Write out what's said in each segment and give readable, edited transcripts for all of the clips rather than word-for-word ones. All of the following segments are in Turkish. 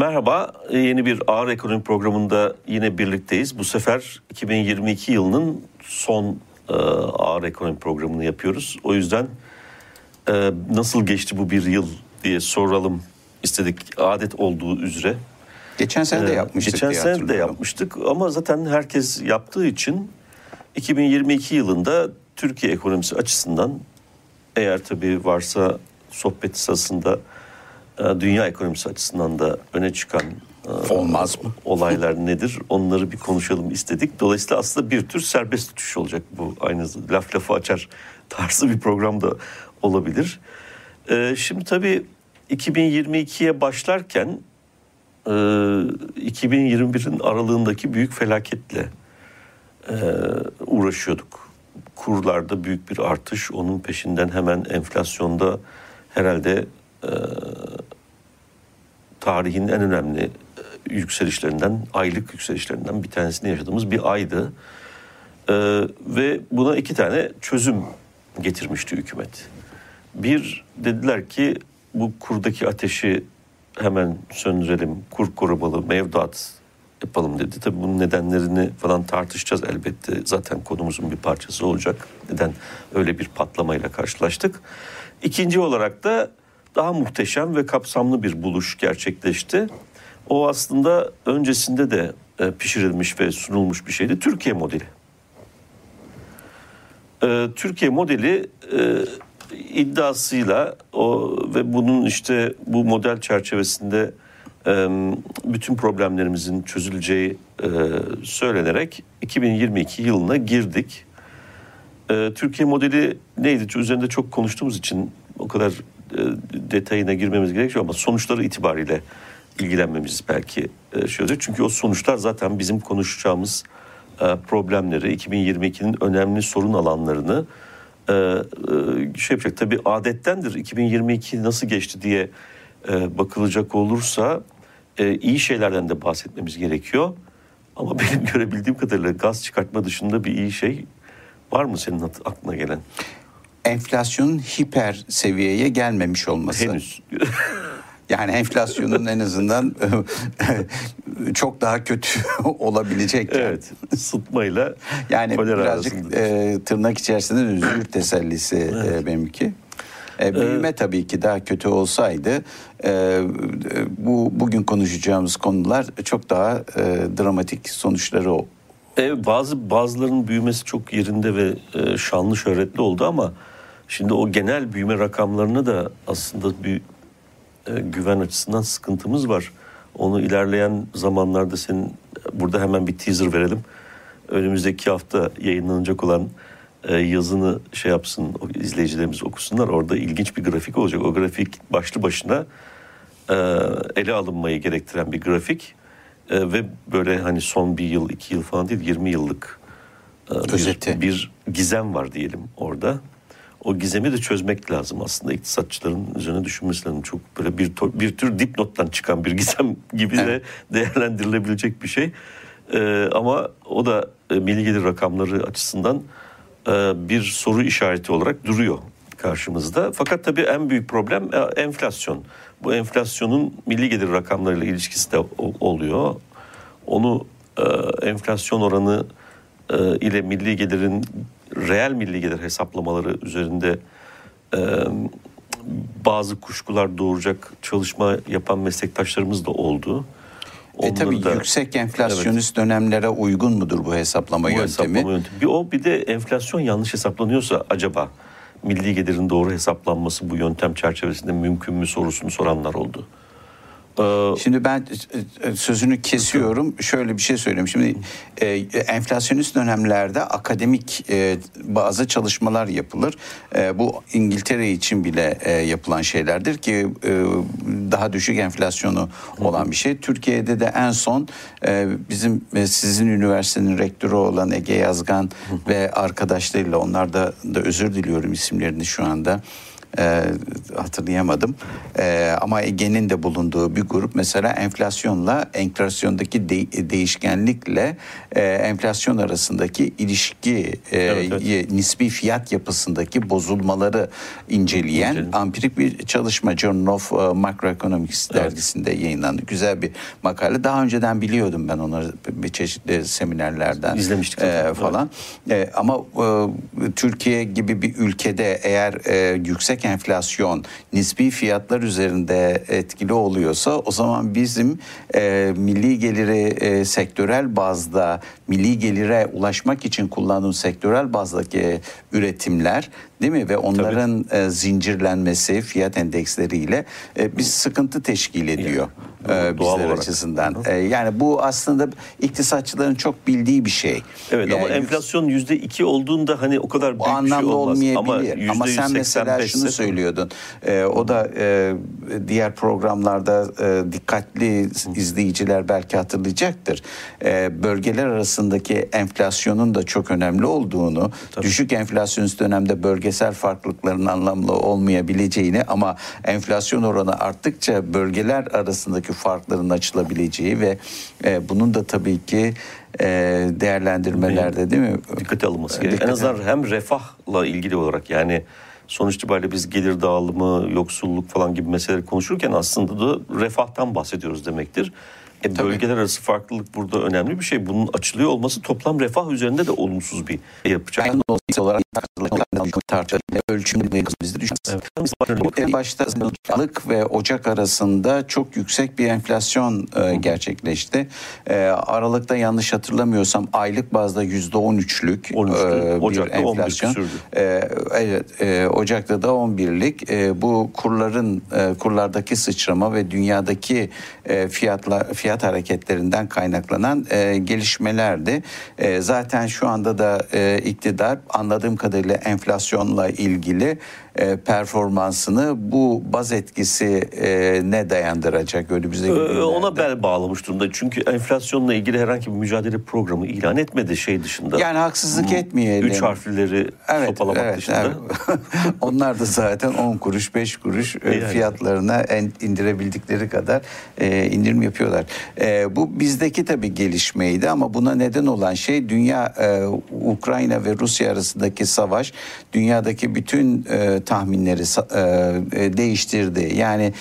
Merhaba, yeni bir Ağır Ekonomi programında yine birlikteyiz. Bu sefer 2022 yılının son Ağır Ekonomi programını yapıyoruz. O yüzden nasıl geçti bu bir yıl diye soralım istedik, adet olduğu üzere. Geçen sene de yapmıştık Geçen sene de yapmıştık ama zaten herkes yaptığı için 2022 yılında Türkiye ekonomisi açısından, eğer tabii varsa sohbet sırasında dünya ekonomisi açısından da öne çıkan olmaz mı? Olaylar nedir? Onları bir konuşalım istedik. Dolayısıyla aslında bir tür serbest düşüş olacak bu. Aynı lafı açar tarzı bir program da olabilir. Şimdi tabii 2022'ye başlarken 2021'in aralığındaki büyük felaketle uğraşıyorduk. Kurlarda büyük bir artış, onun peşinden hemen enflasyonda herhalde tarihin en önemli yükselişlerinden, aylık yükselişlerinden bir tanesini yaşadığımız bir aydı. Ve buna iki tane çözüm getirmişti hükümet. Bir, dediler ki bu kurdaki ateşi hemen söndürelim, kur korumalı mevduat yapalım dedi. Tabii bunun nedenlerini falan tartışacağız elbette. Zaten konumuzun bir parçası olacak. Neden öyle bir patlamayla karşılaştık? İkinci olarak da daha muhteşem ve kapsamlı bir buluş gerçekleşti. O aslında öncesinde de pişirilmiş ve sunulmuş bir şeydi. Türkiye modeli. Türkiye modeli iddiasıyla ve bunun işte bu model çerçevesinde bütün problemlerimizin çözüleceği söylenerek 2022 yılına girdik. Türkiye modeli neydi? Üzerinde çok konuştuğumuz için o kadar detayına girmemiz gerekiyor ama sonuçları itibariyle ilgilenmemiz belki şöyle. Çünkü o sonuçlar zaten bizim konuşacağımız problemleri, 2022'nin önemli sorun alanlarını şey yapacak. Tabii adettendir 2022 nasıl geçti diye bakılacak olursa iyi şeylerden de bahsetmemiz gerekiyor. Ama benim görebildiğim kadarıyla gaz çıkartma dışında bir iyi şey var mı senin aklına gelen? Enflasyonun hiper seviyeye gelmemiş olması. Henüz. Yani enflasyonun en azından çok daha kötü olabilecek. Evet, sıtmayla yani birazcık arasında. Tırnak içerisinde üzülür tesellisi benimki. Büyüme tabii ki daha kötü olsaydı bugün konuşacağımız konular çok daha dramatik sonuçları o. Bazılarının büyümesi çok yerinde ve şanlı şöhretli oldu ama şimdi o genel büyüme rakamlarına da aslında bir güven açısından sıkıntımız var. Onu ilerleyen zamanlarda senin burada hemen bir teaser verelim. Önümüzdeki hafta yayınlanacak olan yazını şey yapsın, izleyicilerimiz okusunlar. Orada ilginç bir grafik olacak. O grafik başlı başına ele alınmayı gerektiren bir grafik. Ve böyle hani son bir yıl, 2 yıl falan değil, 20 yıllık bir gizem var diyelim orada. O gizemi de çözmek lazım aslında. İktisatçıların üzerine düşünmesi lazım. Çok böyle bir tür dipnottan çıkan bir gizem gibi de değerlendirilebilecek bir şey. Ama o da milli gelir rakamları açısından bir soru işareti olarak duruyor karşımızda. Fakat tabii en büyük problem enflasyon. Bu enflasyonun milli gelir rakamlarıyla ilişkisi de oluyor. Onu enflasyon oranı ile milli gelirin reel milli gelir hesaplamaları üzerinde bazı kuşkular doğuracak çalışma yapan meslektaşlarımız da oldu. Tabii yüksek enflasyonist dönemlere uygun mudur bu hesaplama yöntemi? Bir de enflasyon yanlış hesaplanıyorsa acaba milli gelirin doğru hesaplanması bu yöntem çerçevesinde mümkün mü sorusunu soranlar oldu. Şimdi ben sözünü kesiyorum. Şöyle bir şey söyleyeyim. Şimdi enflasyonist dönemlerde akademik bazı çalışmalar yapılır. Bu İngiltere için bile yapılan şeylerdir ki daha düşük enflasyonu olan bir şey. Türkiye'de de en son sizin üniversitenin rektörü olan Ege Yazgan ve arkadaşlarıyla, onlarda da özür diliyorum isimlerini şu anda hatırlayamadım. Ama Ege'nin de bulunduğu bir grup mesela enflasyondaki değişkenlikle enflasyon arasındaki ilişki, nispi fiyat yapısındaki bozulmaları inceleyen ampirik bir çalışma Journal of Macroeconomics dergisinde yayınlandı. Güzel bir makale. Daha önceden biliyordum ben onları bir çeşitli seminerlerden izlemiştik falan. Ama Türkiye gibi bir ülkede eğer yüksek enflasyon nispi fiyatlar üzerinde etkili oluyorsa o zaman bizim milli geliri sektörel bazda milli gelire ulaşmak için kullandığımız sektörel bazdaki üretimler değil mi ve onların zincirlenmesi fiyat endeksleriyle bir sıkıntı teşkil ediyor. Bizler açısından. Yani bu aslında iktisatçıların çok bildiği bir şey. Evet yani ama enflasyon %2 olduğunda hani o kadar büyük bir şey olmaz. Olmayabilir. Ama sen mesela şunu söylüyordun. O da diğer programlarda dikkatli izleyiciler belki hatırlayacaktır. Bölgeler arasındaki enflasyonun da çok önemli olduğunu, düşük enflasyonist dönemde bölgesel farklılıkların anlamlı olmayabileceğini ama enflasyon oranı arttıkça bölgeler arasındaki farkların açılabileceği ve bunun da tabii ki değerlendirmelerde değil mi? Dikkate alınması gerekiyor. En azından hem refahla ilgili olarak yani sonuç itibariyle biz gelir dağılımı, yoksulluk falan gibi meseleleri konuşurken aslında da refahtan bahsediyoruz demektir. Bölgeler arası farklılık burada önemli bir şey. Bunun açılıyor olması toplam refah üzerinde de olumsuz bir yapacak. Yani olarak ölçümlü bizde düşünüyoruz. En başta Aralık ve Ocak arasında çok yüksek bir enflasyon gerçekleşti. Aralık'ta yanlış hatırlamıyorsam aylık bazda %13'lük bir enflasyon. Ocak'ta da 11'lik. Bu kurlardaki sıçrama ve dünyadaki fiyat hareketlerinden kaynaklanan gelişmelerdi. Zaten şu anda da iktidar anladığım kadarıyla enflasyonla ilgili performansını bu baz etkisi ne dayandıracak önümüzdeki günlerde? Ona bel bağlamış durumda. Çünkü enflasyonla ilgili herhangi bir mücadele programı ilan etmedi şey dışında. Yani haksızlık etmeyelim. 3 harflileri sopalamak dışında. Evet. Onlar da zaten 10 kuruş 5 kuruş fiyatlarına indirebildikleri kadar indirim yapıyorlar. Bu bizdeki tabii gelişmeydi ama buna neden olan şey Ukrayna ve Rusya arasındaki savaş dünyadaki bütün tahminleri değiştirdi. Yani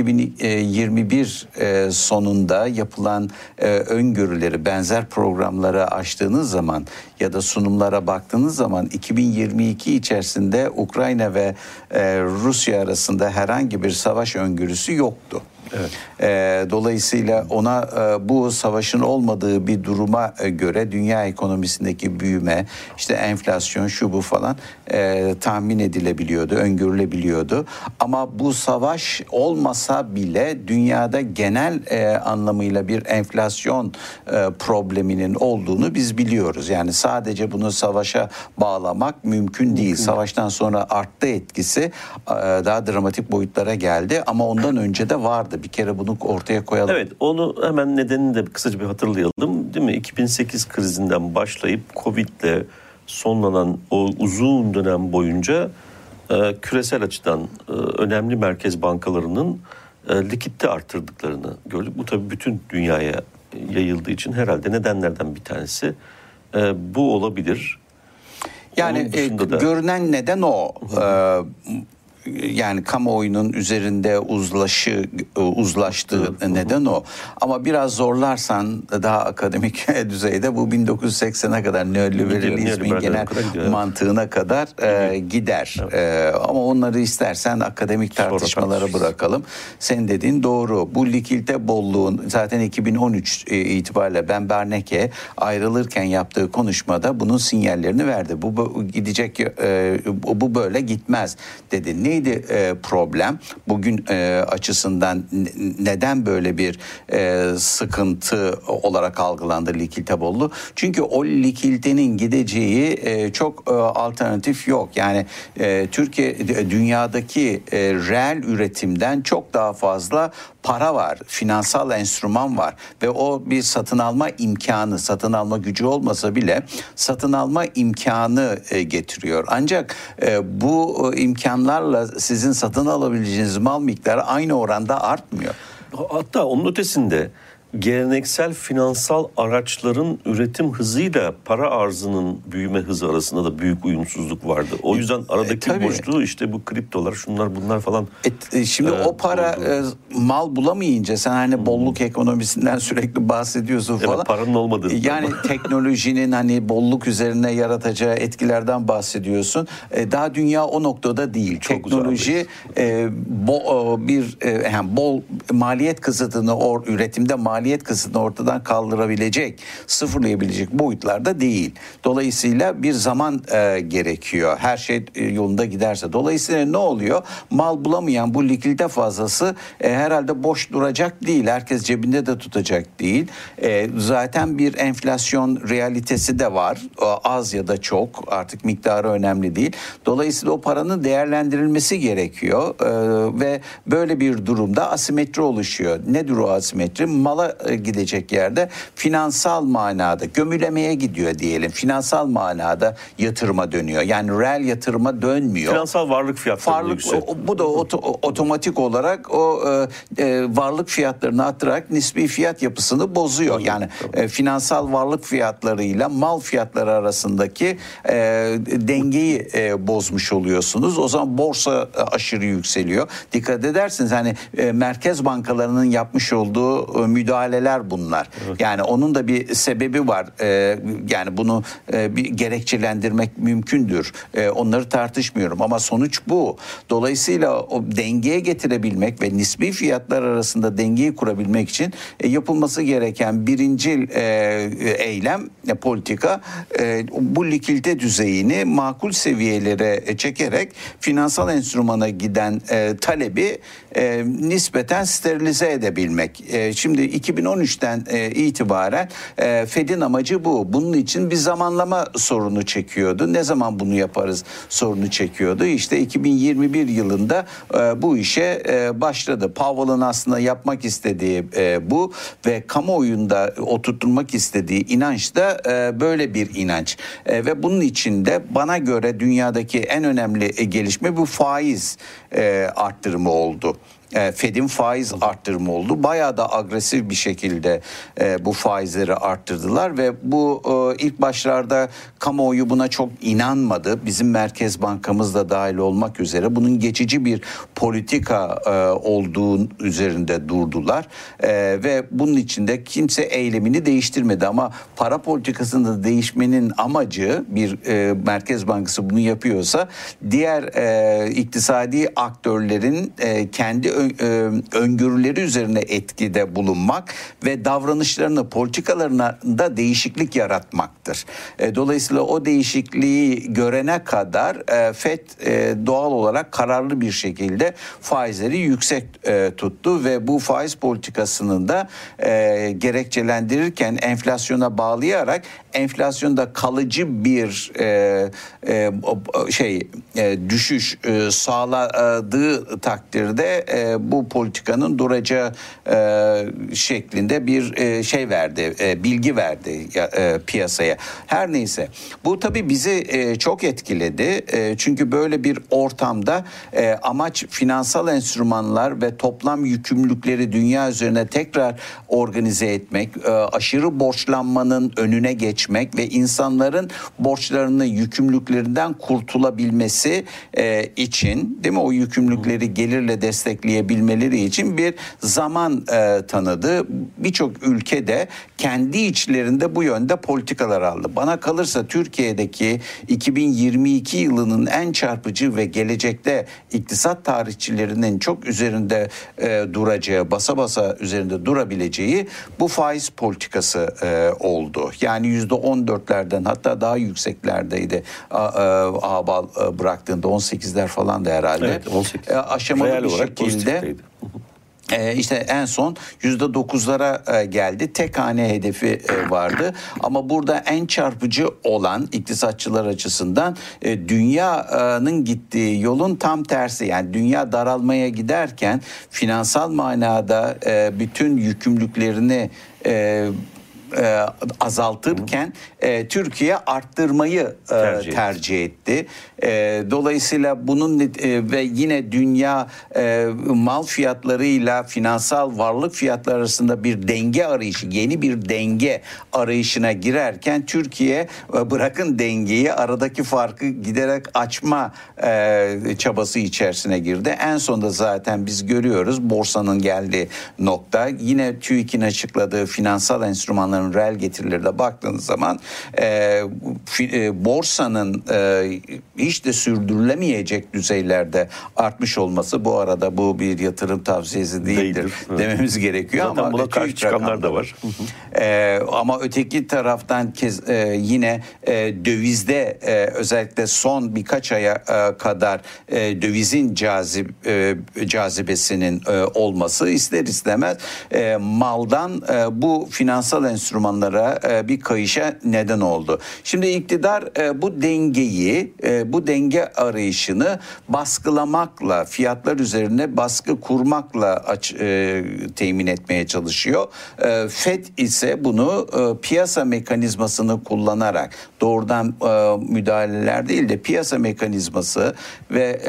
2021 sonunda yapılan öngörüleri, benzer programları açtığınız zaman ya da sunumlara baktığınız zaman 2022 içerisinde Ukrayna ve Rusya arasında herhangi bir savaş öngörüsü yoktu. Evet. Dolayısıyla ona bu savaşın olmadığı bir duruma göre dünya ekonomisindeki büyüme, işte enflasyon, şu bu falan tahmin edilebiliyordu, öngörülebiliyordu. Ama bu savaş olmasa bile dünyada genel anlamıyla bir enflasyon probleminin olduğunu biz biliyoruz. Yani sadece bunu savaşa bağlamak mümkün değil. Savaştan sonra arttı etkisi, daha dramatik boyutlara geldi ama ondan önce de vardı. Bir kere bunu ortaya koyalım. Evet, onu hemen nedenini de kısaca bir hatırlayalım. Değil mi? 2008 krizinden başlayıp Covid'le sonlanan o uzun dönem boyunca küresel açıdan önemli merkez bankalarının likitte arttırdıklarını gördük. Bu tabii bütün dünyaya yayıldığı için herhalde nedenlerden bir tanesi bu olabilir. Yani görünen neden o. Yani kamuoyunun üzerinde uzlaştığı neden o. Ama biraz zorlarsan daha akademik düzeyde bu 1980'e kadar neoliberalizmin genel mantığına kadar gider. Evet. Ama onları istersen akademik tartışmalara bırakalım. Senin dediğin doğru. Bu likidite bolluğun zaten 2013 itibariyle Ben Bernanke ayrılırken yaptığı konuşmada bunun sinyallerini verdi. Bu gidecek, bu böyle gitmez dedi. Neydi problem? Bugün açısından neden böyle bir sıkıntı olarak algılandı likidite bolluğu? Çünkü o likiditenin gideceği çok alternatif yok. Yani Türkiye dünyadaki reel üretimden çok daha fazla para var, finansal enstrüman var ve o bir satın alma imkanı, satın alma gücü olmasa bile satın alma imkanı getiriyor. Ancak bu imkanlarla sizin satın alabileceğiniz mal miktarı aynı oranda artmıyor. Hatta onun ötesinde geleneksel finansal araçların üretim hızıyla para arzının büyüme hızı arasında da büyük uyumsuzluk vardı. O yüzden aradaki boşluğu işte bu kriptolar, şunlar bunlar falan. Şimdi o para mal bulamayınca sen hani bolluk ekonomisinden sürekli bahsediyorsun falan. Evet, paranın olmadığı. Yani teknolojinin hani bolluk üzerine yaratacağı etkilerden bahsediyorsun. Daha dünya o noktada değil. Çok teknoloji bol maliyet kısıtını üretimde maliyet kısıtını ortadan kaldırabilecek, sıfırlayabilecek boyutlarda değil. Dolayısıyla bir zaman gerekiyor. Her şey yolunda giderse. Dolayısıyla ne oluyor? Mal bulamayan bu likidite fazlası herhalde boş duracak değil. Herkes cebinde de tutacak değil. Zaten bir enflasyon realitesi de var. Az ya da çok. Artık miktarı önemli değil. Dolayısıyla o paranın değerlendirilmesi gerekiyor. Ve böyle bir durumda asimetri oluşuyor. Nedir o asimetri? Mala gidecek yerde finansal manada gömülemeye gidiyor diyelim. Finansal manada yatırıma dönüyor. Yani reel yatırıma dönmüyor. Finansal varlık fiyatları yüksek. Bu da otomatik olarak o varlık fiyatlarını arttırarak nispi fiyat yapısını bozuyor. Yani finansal varlık fiyatlarıyla mal fiyatları arasındaki dengeyi bozmuş oluyorsunuz. O zaman borsa aşırı yükseliyor. Dikkat edersiniz hani merkez bankalarının yapmış olduğu müdahaleler bunlar. Evet. Yani onun da bir sebebi var. Yani bunu bir gerekçelendirmek mümkündür. Onları tartışmıyorum ama sonuç bu. Dolayısıyla o dengeye getirebilmek ve nispi fiyatlar arasında dengeyi kurabilmek için yapılması gereken birincil eylem, politika bu likidite düzeyini makul seviyelere çekerek finansal enstrümana giden talebi nispeten sterilize edebilmek. Şimdi 2013'ten itibaren Fed'in amacı bu. Bunun için bir zamanlama sorunu çekiyordu. Ne zaman bunu yaparız sorunu çekiyordu. İşte 2021 yılında bu işe başladı. Powell'ın aslında yapmak istediği bu ve kamuoyunda oturtulmak istediği inanç da böyle bir inanç. Ve bunun içinde bana göre dünyadaki en önemli gelişme bu faiz arttırımı oldu. Fed'in faiz arttırımı oldu. Bayağı da agresif bir şekilde bu faizleri arttırdılar ve bu ilk başlarda kamuoyu buna çok inanmadı. Bizim Merkez Bankamız da dahil olmak üzere bunun geçici bir politika olduğu üzerinde durdular. Ve bunun içinde kimse eylemini değiştirmedi ama para politikasında değişmenin amacı bir Merkez Bankası bunu yapıyorsa diğer iktisadi aktörlerin kendi öngörüleri üzerine etkide bulunmak ve davranışlarını, politikalarına da değişiklik yaratmaktır. Dolayısıyla o değişikliği görene kadar FED doğal olarak kararlı bir şekilde faizleri yüksek tuttu ve bu faiz politikasını da gerekçelendirirken enflasyona bağlayarak enflasyonda kalıcı bir düşüş sağladığı takdirde bu politikanın duracağı şeklinde bir verdi, bilgi verdi piyasaya. Her neyse. Bu tabii bizi çok etkiledi. Çünkü böyle bir ortamda amaç finansal enstrümanlar ve toplam yükümlülükleri dünya üzerine tekrar organize etmek, aşırı borçlanmanın önüne geçmek ve insanların borçlarını, yükümlülüklerinden kurtulabilmesi için, değil mi? O yükümlülükleri gelirle destekleyebilmeleri için bir zaman tanıdı. Birçok ülkede kendi içlerinde bu yönde politikalar aldı. Bana kalırsa Türkiye'deki 2022 yılının en çarpıcı ve gelecekte iktisat tarihçilerinin çok üzerinde duracağı, basa basa üzerinde durabileceği bu faiz politikası oldu. Yani %14'lerden hatta daha yükseklerdeydi ABA bıraktığında 18'ler falan da herhalde. Evet, 18. Aşamalı bir şekilde İşte en son %9'lara geldi. Tek hane hedefi vardı. Ama burada en çarpıcı olan iktisatçılar açısından dünyanın gittiği yolun tam tersi. Yani dünya daralmaya giderken finansal manada bütün yükümlülüklerini azaltırken Türkiye arttırmayı tercih etti. Dolayısıyla bunun ve yine dünya mal fiyatlarıyla finansal varlık fiyatları arasında bir denge arayışı, yeni bir denge arayışına girerken Türkiye bırakın dengeyi, aradaki farkı giderek açma çabası içerisine girdi. En sonunda zaten biz görüyoruz borsanın geldiği nokta. Yine TÜİK'in açıkladığı finansal enstrümanların reel getirileri de baktığınız zaman borsanın hiç de sürdürülemeyecek düzeylerde artmış olması, bu arada bu bir yatırım tavsiyesi değildir dememiz gerekiyor. Zaten ama buna karşı çıkanlar da var. Ama öteki taraftan yine dövizde özellikle son birkaç aya kadar dövizin cazibesinin olması ister istemez maldan bu finansal enstrümanlara bir kayışa neden oldu. Şimdi iktidar bu denge arayışını baskılamakla, fiyatlar üzerine baskı kurmakla temin etmeye çalışıyor. FED ise bunu piyasa mekanizmasını kullanarak, doğrudan müdahaleler değil de piyasa mekanizması ve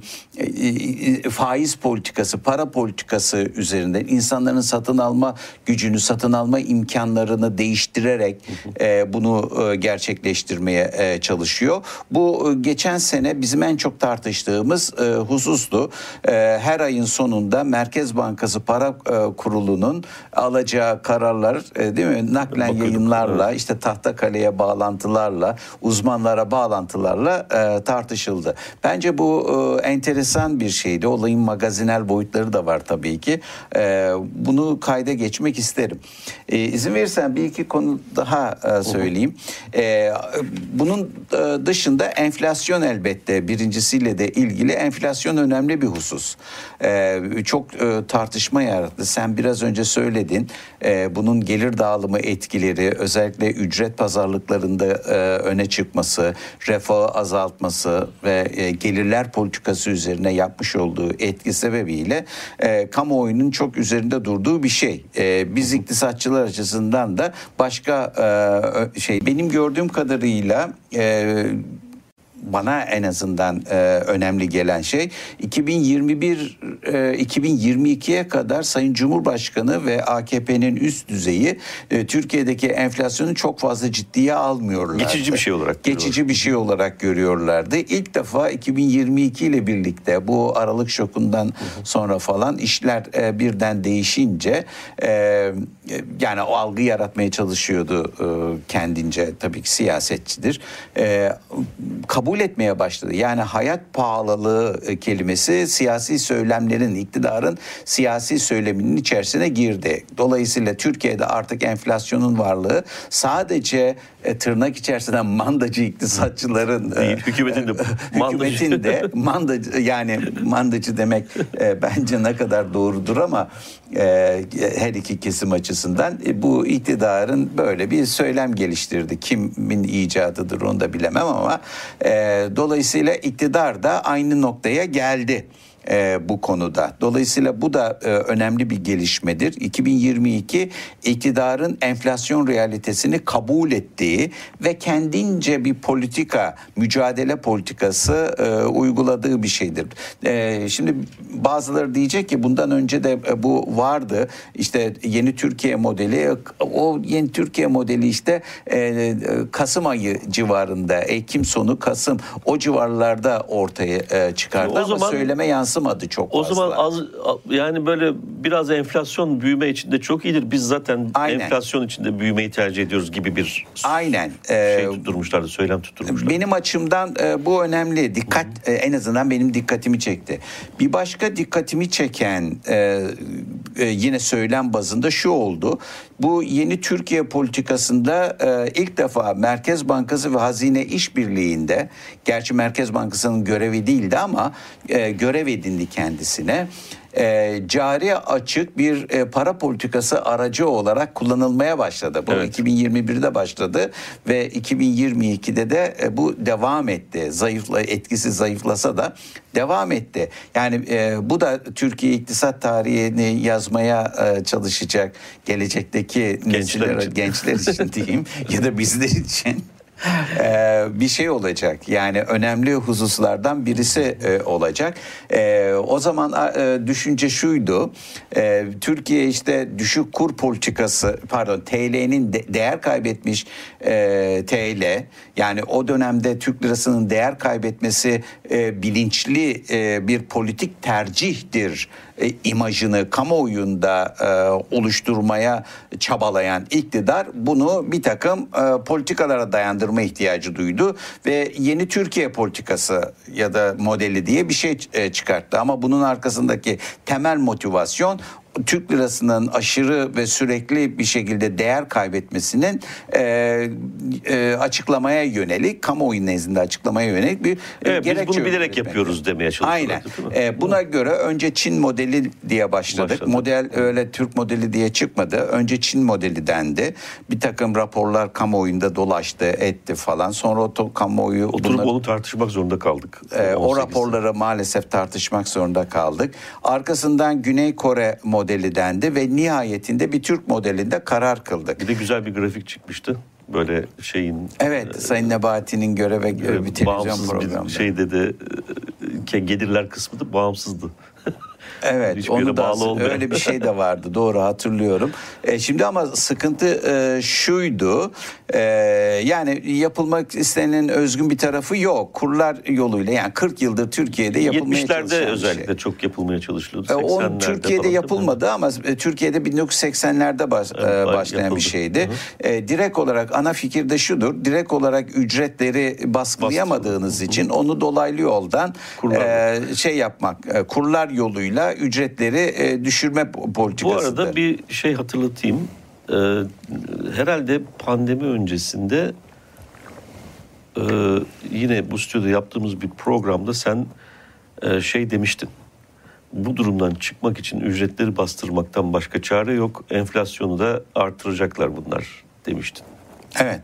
faiz politikası, para politikası üzerinden insanların satın alma gücünü, satın alma imkanlarını değiştirerek bunu gerçekleştirmeye çalışıyor. Bu geçen sene bizim en çok tartıştığımız husustu. Her ayın sonunda Merkez Bankası Para Kurulu'nun alacağı kararlar, değil mi? Naklen yayınlarla, işte Tahtakale'ye bağlantılarla, uzmanlara bağlantılarla tartışıldı. Bence bu enteresan bir şeydi. Olayın magazinel boyutları da var tabii ki. Bunu kayda geçmek isterim. İzin verirsen bir iki konu daha söyleyeyim. Bunun dışında enflasyon elbette birincisiyle de ilgili. Enflasyon önemli bir husus. Çok tartışma yarattı. Sen biraz önce söyledin. Bunun gelir dağılımı etkileri, özellikle ücret pazarlıklarında öne çıkması, refahı azaltması ve gelirler politikası üzerine yapmış olduğu etki sebebiyle kamuoyunun çok üzerinde durduğu bir şey. Biz iktisatçılar açısından da başka benim gördüğüm kadarıyla bana en azından önemli gelen şey 2021-2022'ye kadar Sayın Cumhurbaşkanı ve AKP'nin üst düzeyi Türkiye'deki enflasyonu çok fazla ciddiye almıyorlardı. Geçici bir şey olarak Geçici bir şey olarak görüyorlardı. İlk defa 2022 ile birlikte bu Aralık şokundan sonra falan işler birden değişince yani o algı yaratmaya çalışıyordu kendince, tabii ki siyasetçidir. Kabul etmeye başladı. Yani hayat pahalılığı kelimesi siyasi söylemlerin, iktidarın siyasi söyleminin içerisine girdi. Dolayısıyla Türkiye'de artık enflasyonun varlığı sadece tırnak içerisinde mandacı iktisatçıların değil, hükümetin de mandacı, yani mandacı demek bence ne kadar doğrudur ama her iki kesim açısından bu iktidarın böyle bir söylem geliştirdi. Kimin icadıdır onu da bilemem ama dolayısıyla iktidar da aynı noktaya geldi bu konuda. Dolayısıyla bu da önemli bir gelişmedir. 2022 iktidarın enflasyon realitesini kabul ettiği ve kendince bir mücadele politikası uyguladığı bir şeydir. Şimdi bazıları diyecek ki bundan önce de bu vardı. İşte yeni Türkiye modeli, o yeni Türkiye modeli işte Kasım ayı civarında, Ekim sonu Kasım o civarlarda ortaya çıkardı ama söyleme yansımadı çok fazla. O zaman yani böyle biraz enflasyon büyüme içinde çok iyidir. Biz zaten enflasyon içinde büyümeyi tercih ediyoruz gibi bir tutturmuşlardı, söylem tutturmuşlardı. Benim açımdan bu önemli. Dikkat, en azından benim dikkatimi çekti. Bir başka dikkatimi çeken yine söylem bazında şu oldu. Bu yeni Türkiye politikasında ilk defa Merkez Bankası ve Hazine İşbirliği'nde, gerçi Merkez Bankası'nın görevi değildi ama görev edindi kendisine. cari açık bir para politikası aracı olarak kullanılmaya başladı. Bu 2021'de başladı ve 2022'de de bu devam etti. Etkisi zayıflasa da devam etti. Yani bu da Türkiye iktisat tarihini yazmaya çalışacak gelecekteki gençler için diyeyim ya da bizler için bir şey olacak. Yani önemli hususlardan birisi olacak. O zaman düşünce şuydu. Türkiye işte düşük kur politikası, TL'nin değer kaybetmiş TL, yani o dönemde Türk lirasının değer kaybetmesi bilinçli bir politik tercihtir imajını kamuoyunda oluşturmaya çabalayan iktidar bunu bir takım politikalara dayandırma ihtiyacı duydu ve yeni Türkiye politikası ya da modeli diye bir şey çıkarttı. Ama bunun arkasındaki temel motivasyon Türk lirasının aşırı ve sürekli bir şekilde değer kaybetmesinin açıklamaya yönelik, kamuoyu nezdinde açıklamaya yönelik bir gerekçe. Biz bunu bilerek yapıyoruz demeye çalışıyorlar. Aynen. Buna göre önce Çin modeli diye başladık. Model öyle Türk modeli diye çıkmadı. Önce Çin modeli dendi. Bir takım raporlar kamuoyunda dolaştı, etti falan. Sonra o kamuoyu... Oturup onu tartışmak zorunda kaldık. O raporları maalesef tartışmak zorunda kaldık. Arkasından Güney Kore modeli dendi ve nihayetinde bir Türk modelinde karar kıldık. Bir de güzel bir grafik çıkmıştı. Böyle şeyin... Evet, Sayın Nebati'nin göreve bir televizyon programında. Bir şeyde de gelirler kısmı da bağımsızdı. Evet, onu da öyle bir şey de vardı. Doğru hatırlıyorum. Şimdi ama sıkıntı şuydu. Yani yapılmak istenilen özgün bir tarafı yok. Kurlar yoluyla, yani 40 yıldır Türkiye'de yapılmaya çalışan 70'lerde özellikle çok yapılmaya çalışılıyordu. O Türkiye'de yapılmadı ama Türkiye'de 1980'lerde başlayan bir şeydi. Direkt olarak ana fikir de şudur. Direkt olarak ücretleri baskılayamadığınız için onu dolaylı yoldan yapmak, kurlar yoluyla ücretleri düşürme politikası. Bu arada bir şey hatırlatayım. Herhalde pandemi öncesinde yine bu stüdyoda yaptığımız bir programda sen demiştin. Bu durumdan çıkmak için ücretleri bastırmaktan başka çare yok. Enflasyonu da artıracaklar bunlar demiştin. Evet.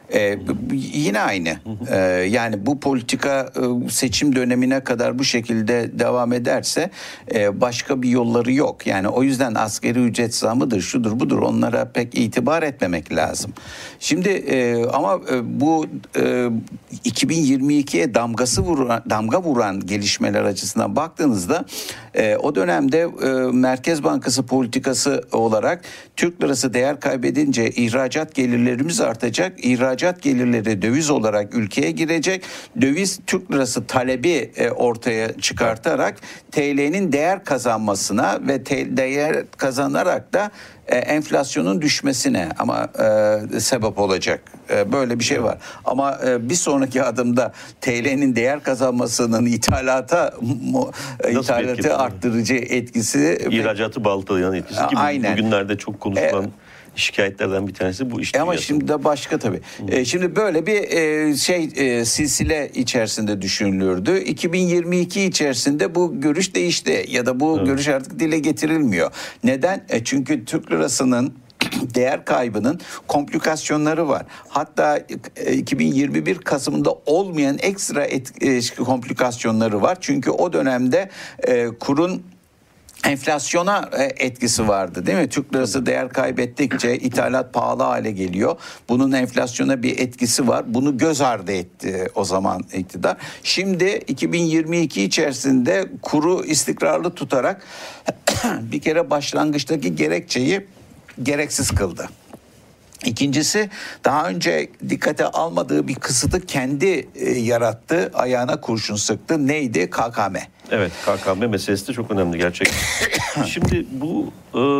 Yine aynı. Yani bu politika seçim dönemine kadar bu şekilde devam ederse başka bir yolları yok. Yani o yüzden asgari ücret zammıdır, şudur budur, onlara pek itibar etmemek lazım. Şimdi ama bu 2022'ye damga vuran gelişmeler açısından baktığınızda o dönemde Merkez Bankası politikası olarak Türk lirası değer kaybedince ihracat gelirlerimiz artacak. İhracat gelirleri döviz olarak ülkeye girecek. Döviz Türk lirası talebi ortaya çıkartarak TL'nin değer kazanmasına ve değer kazanarak da enflasyonun düşmesine sebep olacak. Böyle bir şey var. Ama bir sonraki adımda TL'nin değer kazanmasının ithalatı arttırıcı etkisi, İhracatı baltalayan etkisi gibi bugünlerde çok konuşulan şikayetlerden bir tanesi bu işte. Ama şimdi de başka tabii. Şimdi böyle bir silsile içerisinde düşünülürdü. 2022 içerisinde bu görüş değişti ya da bu görüş artık dile getirilmiyor. Neden? Çünkü Türk lirasının değer kaybının komplikasyonları var. Hatta 2021 Kasım'ında olmayan ekstra komplikasyonları var. Çünkü o dönemde kurun enflasyona etkisi vardı, değil mi? Türk lirası değer kaybettikçe ithalat pahalı hale geliyor. Bunun enflasyona bir etkisi var. Bunu göz ardı etti o zaman iktidar. Şimdi 2022 içerisinde kuru istikrarlı tutarak bir kere başlangıçtaki gerekçeyi gereksiz kıldı. İkincisi, daha önce dikkate almadığı bir kısıtı kendi yarattı, ayağına kurşun sıktı. Neydi? KKM. Evet, KKM meselesi de çok önemli gerçekten. Şimdi bu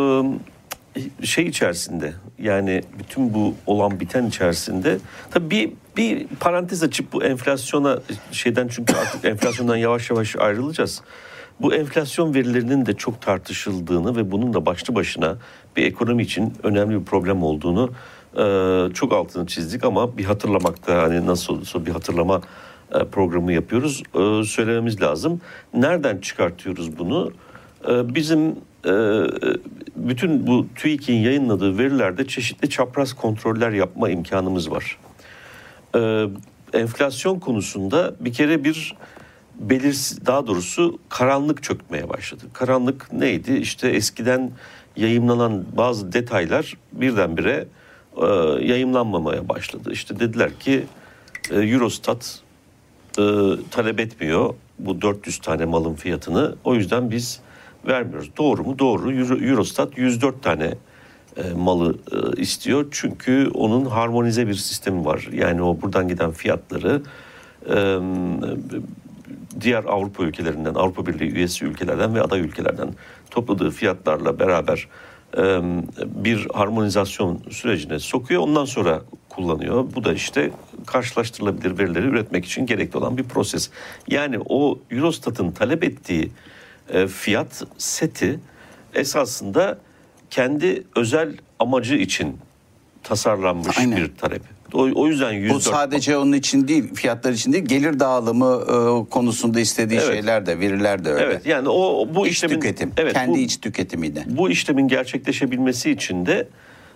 içerisinde, yani bütün bu olan biten içerisinde tabii bir parantez açıp bu enflasyona çünkü artık enflasyondan yavaş yavaş ayrılacağız. Bu enflasyon verilerinin de çok tartışıldığını ve bunun da başlı başına bir ekonomi için önemli bir problem olduğunu çok altını çizdik ama bir hatırlamakta, nasıl olursa bir hatırlama programı yapıyoruz. Söylememiz lazım. Nereden çıkartıyoruz bunu? Bizim bütün bu TÜİK'in yayınladığı verilerde çeşitli çapraz kontroller yapma imkanımız var. Enflasyon konusunda bir kere daha doğrusu karanlık çökmeye başladı. Karanlık neydi? İşte eskiden yayımlanan bazı detaylar birdenbire yayımlanmamaya başladı. İşte dediler ki Eurostat talep etmiyor bu 400 tane malın fiyatını. O yüzden biz vermiyoruz. Doğru mu? Doğru. Eurostat 104 tane malı istiyor. Çünkü onun harmonize bir sistemi var. Yani o buradan giden fiyatları diğer Avrupa ülkelerinden, Avrupa Birliği üyesi ülkelerden ve aday ülkelerden topladığı fiyatlarla beraber bir harmonizasyon sürecine sokuyor. Ondan sonra kullanıyor. Bu da işte karşılaştırılabilir verileri üretmek için gerekli olan bir proses. Yani o Eurostat'ın talep ettiği fiyat seti esasında kendi özel amacı için tasarlanmış bir talep. O yüzden 104... Bu sadece onun için değil, fiyatlar için değil, gelir dağılımı konusunda istediği şeyler de, veriler de öyle. Evet, yani bu iç tüketim, iç tüketimiydi. Bu işlemin gerçekleşebilmesi için de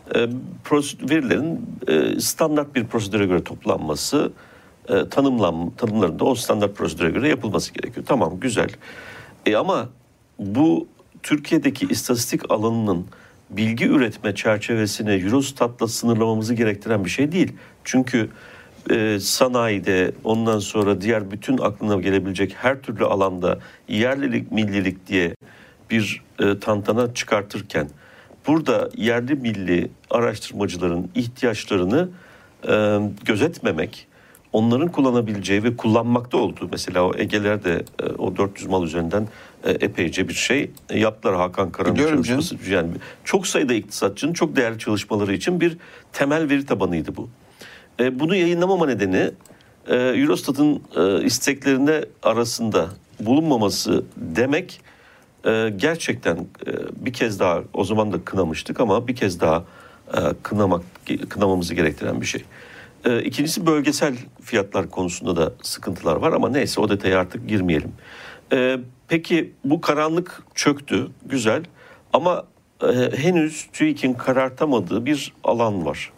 verilerin standart bir prosedüre göre toplanması, tanımların da o standart prosedüre göre yapılması gerekiyor. Tamam, güzel. Ama bu Türkiye'deki istatistik alanının bilgi üretme çerçevesine Eurostat'la sınırlamamızı gerektiren bir şey değil. Çünkü sanayide, ondan sonra diğer bütün aklına gelebilecek her türlü alanda yerlilik, millilik diye bir tantana çıkartırken burada yerli milli araştırmacıların ihtiyaçlarını gözetmemek, onların kullanabileceği ve kullanmakta olduğu, mesela o Ege'lerde o 400 mal üzerinden epeyce bir şey yaptılar. Hakan Kara'nın çalışması. Yani çok sayıda iktisatçının çok değerli çalışmaları için bir temel veri tabanıydı bu. Bunu yayınlamama nedeni Eurostat'ın isteklerine arasında bulunmaması demek gerçekten bir kez daha, o zaman da kınamıştık ama bir kez daha kınamamızı gerektiren bir şey. İkincisi, bölgesel fiyatlar konusunda da sıkıntılar var ama neyse, o detaya artık girmeyelim. Peki bu karanlık çöktü, güzel, ama henüz TÜİK'in karartamadığı bir alan var.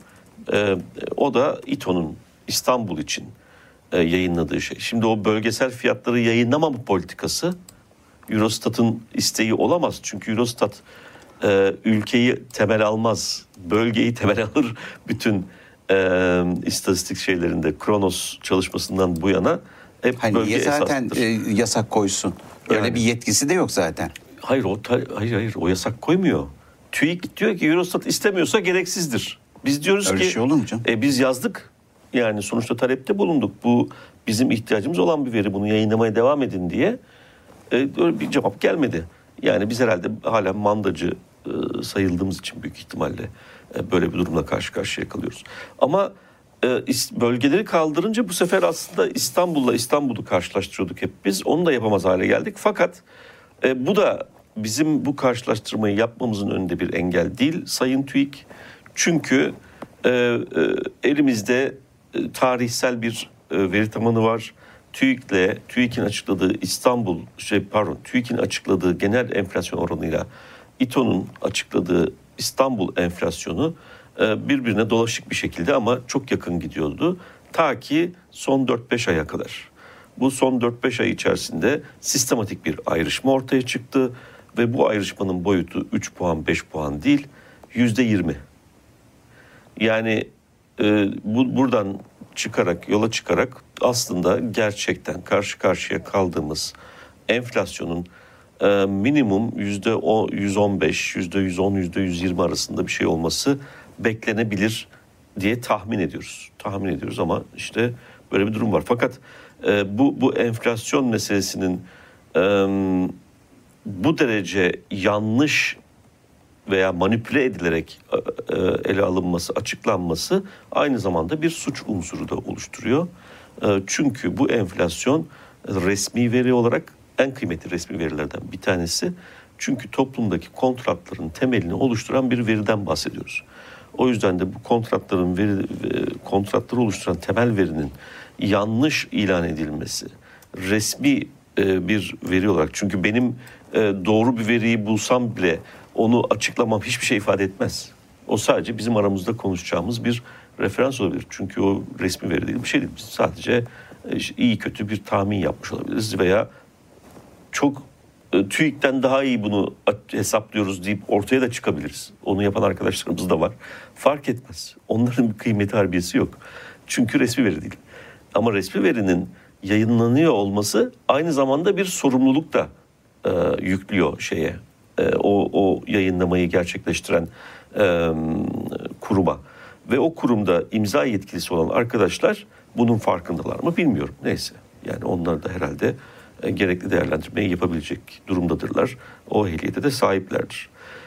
O da İTO'nun İstanbul için yayınladığı şey. Şimdi o bölgesel fiyatları yayınlamama politikası Eurostat'ın isteği olamaz. Çünkü Eurostat ülkeyi temel almaz, bölgeyi temel alır. Bütün istatistik şeylerinde Kronos çalışmasından bu yana hep hani bölge zaten yasak koysun. Öyle bir yetkisi de yok zaten. Hayır, o yasak koymuyor. TÜİK diyor ki Eurostat istemiyorsa gereksizdir. Biz diyoruz öyle ki şey olur mu canım? Biz yazdık. Yani sonuçta talepte bulunduk. Bu bizim ihtiyacımız olan bir veri. Bunu yayınlamaya devam edin diye. Öyle bir cevap gelmedi. Yani biz herhalde hala mandacı sayıldığımız için büyük ihtimalle böyle bir durumla karşı karşıya kalıyoruz. Ama bölgeleri kaldırınca bu sefer aslında İstanbul'u karşılaştırıyorduk hep biz. Onu da yapamaz hale geldik. Fakat bu da bizim bu karşılaştırmayı yapmamızın önünde bir engel değil Sayın TÜİK. Çünkü elimizde tarihsel bir veri tabanı var. TÜİK'in açıkladığı TÜİK'in açıkladığı genel enflasyon oranıyla İTO'nun açıkladığı İstanbul enflasyonu birbirine dolaşık bir şekilde ama çok yakın gidiyordu. Ta ki son 4-5 aya kadar. Bu son 4-5 ay içerisinde sistematik bir ayrışma ortaya çıktı ve bu ayrışmanın boyutu 3 puan 5 puan değil, %20. Yani buradan yola çıkarak aslında gerçekten karşı karşıya kaldığımız enflasyonun minimum %115, %110, %120 arasında bir şey olması beklenebilir diye tahmin ediyoruz ama işte böyle bir durum var. Fakat bu enflasyon meselesinin bu derece yanlış veya manipüle edilerek ele alınması, açıklanması aynı zamanda bir suç unsuru da oluşturuyor. Çünkü bu enflasyon resmi veri olarak en kıymetli resmi verilerden bir tanesi. Çünkü toplumdaki kontratların temelini oluşturan bir veriden bahsediyoruz. O yüzden de bu kontratları oluşturan temel verinin yanlış ilan edilmesi, resmi bir veri olarak. Çünkü benim doğru bir veriyi bulsam bile onu açıklamam hiçbir şey ifade etmez. O sadece bizim aramızda konuşacağımız bir referans olabilir. Çünkü o resmi veri değil, bir şey değil. Biz sadece iyi kötü bir tahmin yapmış olabiliriz veya çok TÜİK'ten daha iyi bunu hesaplıyoruz deyip ortaya da çıkabiliriz. Onu yapan arkadaşlarımız da var. Fark etmez. Onların bir kıymeti harbiyesi yok. Çünkü resmi veri değil. Ama resmi verinin yayınlanıyor olması aynı zamanda bir sorumluluk da yüklüyor şeye. O yayınlamayı gerçekleştiren kuruma. Ve o kurumda imza yetkilisi olan arkadaşlar bunun farkındalar mı bilmiyorum. Neyse. Yani onlar da herhalde gerekli değerlendirmeyi yapabilecek durumdadırlar. O ehliyete de sahiplerdir.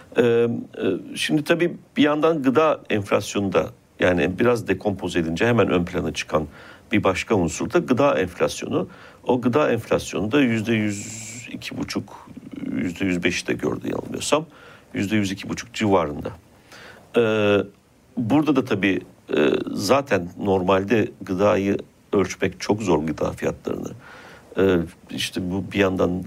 Şimdi tabii bir yandan gıda enflasyonu da, yani biraz dekompoze edince hemen ön plana çıkan bir başka unsur da gıda enflasyonu. O gıda enflasyonu da %102,5, %105'i de gördü yanılmıyorsam. %102,5 civarında. Burada da tabii zaten normalde gıdayı ölçmek çok zor, gıda fiyatlarını. İşte bu bir yandan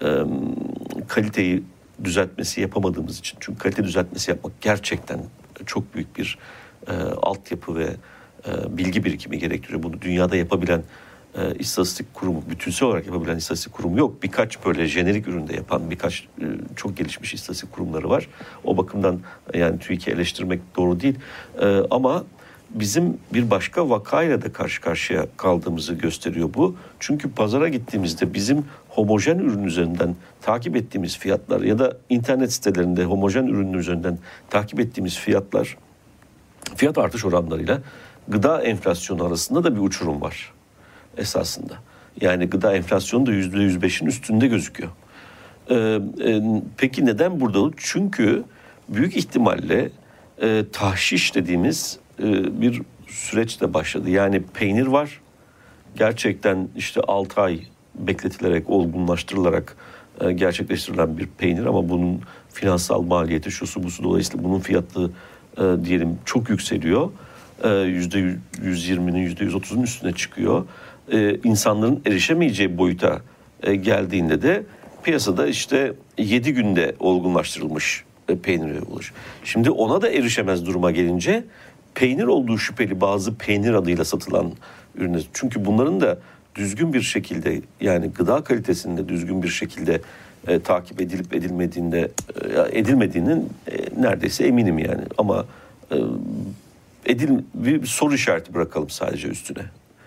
kaliteyi düzeltmesi yapamadığımız için. Çünkü kalite düzeltmesi yapmak gerçekten çok büyük bir altyapı ve bilgi birikimi gerektiriyor. Bunu dünyada yapabilen istatistik kurumu, bütünsel olarak yapabilen istatistik kurumu yok. Birkaç böyle jenerik üründe yapan birkaç çok gelişmiş istatistik kurumları var. O bakımdan yani TÜİK'i eleştirmek doğru değil. Ama bizim bir başka vakayla da karşı karşıya kaldığımızı gösteriyor bu. Çünkü pazara gittiğimizde bizim homojen ürün üzerinden takip ettiğimiz fiyatlar ya da internet sitelerinde homojen ürünün üzerinden takip ettiğimiz fiyatlar, fiyat artış oranlarıyla gıda enflasyonu arasında da bir uçurum var esasında. Yani gıda enflasyonu da %105'in üstünde gözüküyor. Peki neden burada? Çünkü büyük ihtimalle tahşiş dediğimiz bir süreç de başladı. Yani peynir var. Gerçekten işte 6 ay bekletilerek, olgunlaştırılarak gerçekleştirilen bir peynir ama bunun finansal maliyeti, şusu busu, dolayısıyla bunun fiyatı diyelim çok yükseliyor. %120'nin, %130'un üstüne çıkıyor. İnsanların erişemeyeceği boyuta geldiğinde de piyasada işte 7 günde olgunlaştırılmış peynire ulaşıyor. Şimdi ona da erişemez duruma gelince peynir olduğu şüpheli bazı peynir adıyla satılan ürünler. Çünkü bunların da düzgün bir şekilde, yani gıda kalitesinde düzgün bir şekilde takip edilip edilmediğinin neredeyse eminim yani. Ama bir soru işareti bırakalım sadece üstüne.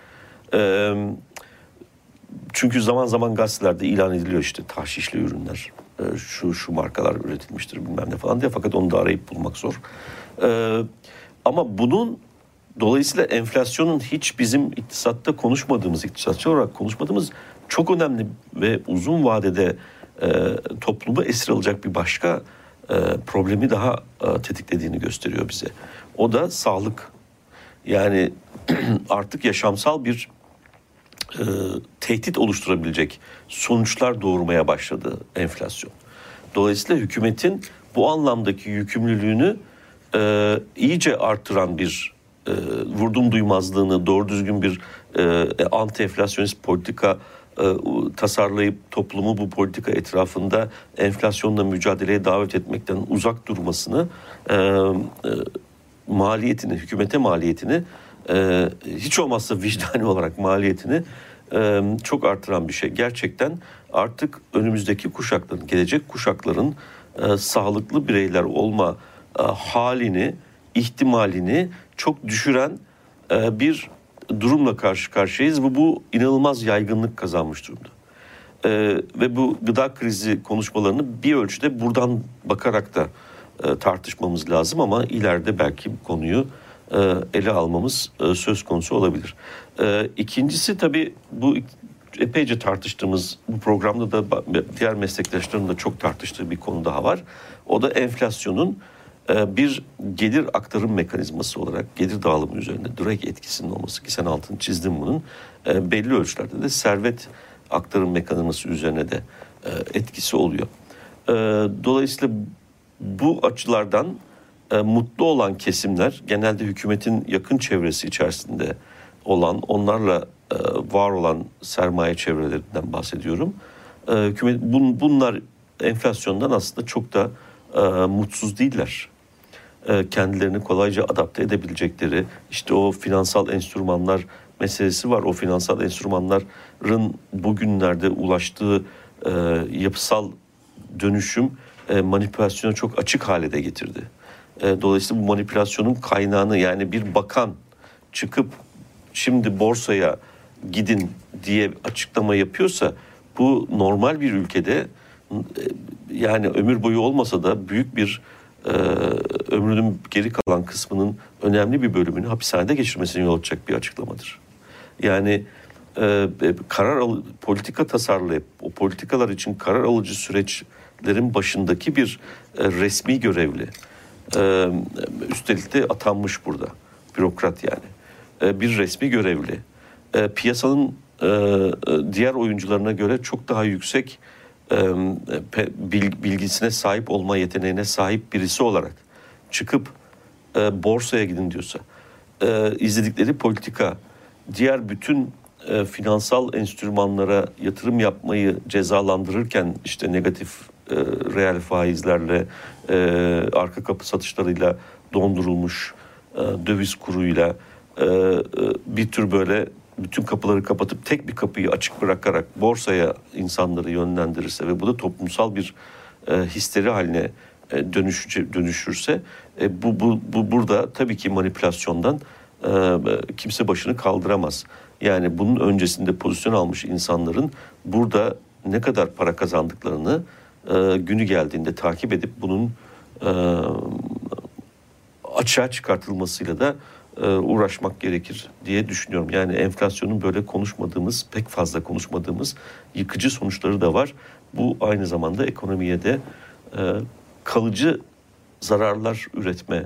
Çünkü zaman zaman gazetelerde ilan ediliyor işte tahşişli ürünler, şu markalar üretilmiştir bilmem ne falan diye, fakat onu da arayıp bulmak zor. Ama bunun dolayısıyla enflasyonun hiç bizim iktisatta konuşmadığımız, iktisatçı olarak konuşmadığımız çok önemli ve uzun vadede toplumu esir alacak bir başka problemi daha tetiklediğini gösteriyor bize. O da sağlık. Yani artık yaşamsal bir tehdit oluşturabilecek sonuçlar doğurmaya başladı enflasyon. Dolayısıyla hükümetin bu anlamdaki yükümlülüğünü iyice artıran bir vurdum duymazlığını, doğru düzgün bir anti-enflasyonist politika tasarlayıp toplumu bu politika etrafında enflasyonla mücadeleye davet etmekten uzak durmasını, maliyetini, hükümete maliyetini, hiç olmazsa vicdani olarak maliyetini çok artıran bir şey. Gerçekten artık önümüzdeki kuşakların, gelecek kuşakların sağlıklı bireyler olma halini, ihtimalini çok düşüren bir durumla karşı karşıyayız. Bu inanılmaz yaygınlık kazanmış durumda. Ve bu gıda krizi konuşmalarını bir ölçüde buradan bakarak da tartışmamız lazım ama ileride belki bu konuyu ele almamız söz konusu olabilir. İkincisi tabii bu epeyce tartıştığımız, bu programda da diğer meslektaşlarımın da çok tartıştığı bir konu daha var. O da enflasyonun bir gelir aktarım mekanizması olarak gelir dağılımı üzerinde direkt etkisinin olması, ki sen altını çizdin bunun, belli ölçülerde de servet aktarım mekanizması üzerine de etkisi oluyor. Dolayısıyla bu açılardan mutlu olan kesimler genelde hükümetin yakın çevresi içerisinde onlarla var olan sermaye çevrelerinden bahsediyorum. Bunlar enflasyondan aslında çok da mutsuz değiller. Kendilerini kolayca adapte edebilecekleri, işte o finansal enstrümanlar meselesi var. O finansal enstrümanların bugünlerde ulaştığı yapısal dönüşüm manipülasyona çok açık hale de getirdi. Dolayısıyla bu manipülasyonun kaynağını, yani bir bakan çıkıp şimdi borsaya gidin diye açıklama yapıyorsa, bu normal bir ülkede yani ömür boyu olmasa da büyük bir ömrünün geri kalan kısmının önemli bir bölümünü hapishanede geçirmesine yol açacak bir açıklamadır. Yani politika tasarlayıp o politikalar için karar alıcı süreçlerin başındaki bir resmi görevli, üstelik de atanmış burada bürokrat, yani bir resmi görevli, piyasanın diğer oyuncularına göre çok daha yüksek bilgisine sahip olma yeteneğine sahip birisi olarak çıkıp borsaya gidin diyorsa, izledikleri politika diğer bütün finansal enstrümanlara yatırım yapmayı cezalandırırken, işte negatif reel faizlerle, arka kapı satışlarıyla dondurulmuş döviz kuruyla, bir tür böyle bütün kapıları kapatıp tek bir kapıyı açık bırakarak borsaya insanları yönlendirirse ve bu da toplumsal bir histeri haline dönüşürse, bu burada tabii ki manipülasyondan kimse başını kaldıramaz. Yani bunun öncesinde pozisyon almış insanların burada ne kadar para kazandıklarını günü geldiğinde takip edip bunun açığa çıkartılmasıyla da uğraşmak gerekir diye düşünüyorum. Yani enflasyonun böyle pek fazla konuşmadığımız yıkıcı sonuçları da var. Bu aynı zamanda ekonomiye de kalıcı zararlar üretme